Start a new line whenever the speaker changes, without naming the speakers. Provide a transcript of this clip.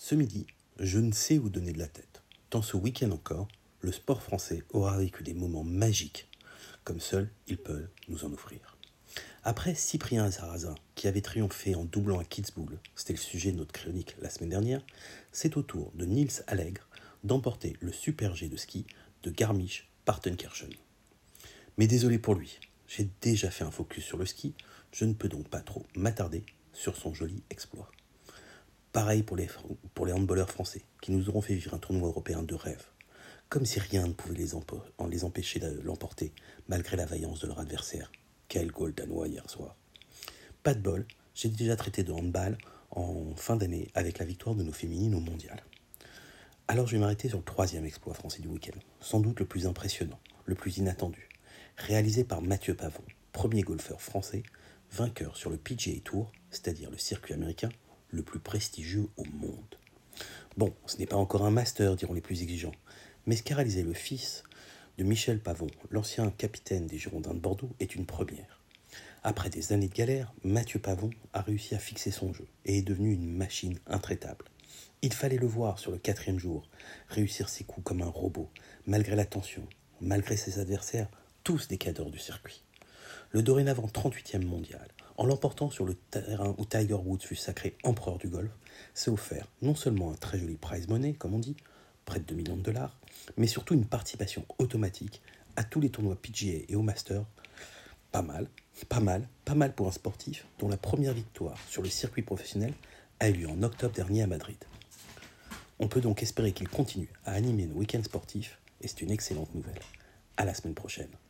Ce midi, je ne sais où donner de la tête. Tant ce week-end encore, le sport français aura vécu des moments magiques, comme seuls ils peuvent nous en offrir. Après Cyprien Azaraza, qui avait triomphé en doublant à Kitzbühel, c'était le sujet de notre chronique la semaine dernière, c'est au tour de Niels Allègre d'emporter le Super G de ski de Garmisch-Partenkirchen. Mais désolé pour lui, j'ai déjà fait un focus sur le ski, je ne peux donc pas trop m'attarder sur son joli exploit. Pareil pour les handballeurs français, qui nous auront fait vivre un tournoi européen de rêve. Comme si rien ne pouvait les empêcher de l'emporter, malgré la vaillance de leur adversaire. Quel goal danois hier soir. Pas de bol, j'ai déjà traité de handball en fin d'année avec la victoire de nos féminines au mondial. Alors je vais m'arrêter sur le troisième exploit français du week-end, sans doute le plus impressionnant, le plus inattendu. Réalisé par Mathieu Pavon, premier golfeur français, vainqueur sur le PGA Tour, c'est-à-dire le circuit américain, le plus prestigieux au monde. Bon, ce n'est pas encore un master, diront les plus exigeants, mais ce qu'a réalisé le fils de Michel Pavon, l'ancien capitaine des Girondins de Bordeaux, est une première. Après des années de galère, Mathieu Pavon a réussi à fixer son jeu et est devenu une machine intraitable. Il fallait le voir sur le 4e jour, réussir ses coups comme un robot, malgré la tension, malgré ses adversaires, tous des cadors du circuit. Le dorénavant 38e mondial, en l'emportant sur le terrain où Tiger Woods fut sacré empereur du golf, s'est offert non seulement un très joli prize money, comme on dit, près de 2 millions de dollars, mais surtout une participation automatique à tous les tournois PGA et au Masters. Pas mal pour un sportif dont la première victoire sur le circuit professionnel a eu lieu en octobre dernier à Madrid. On peut donc espérer qu'il continue à animer nos week-ends sportifs et c'est une excellente nouvelle. À la semaine prochaine.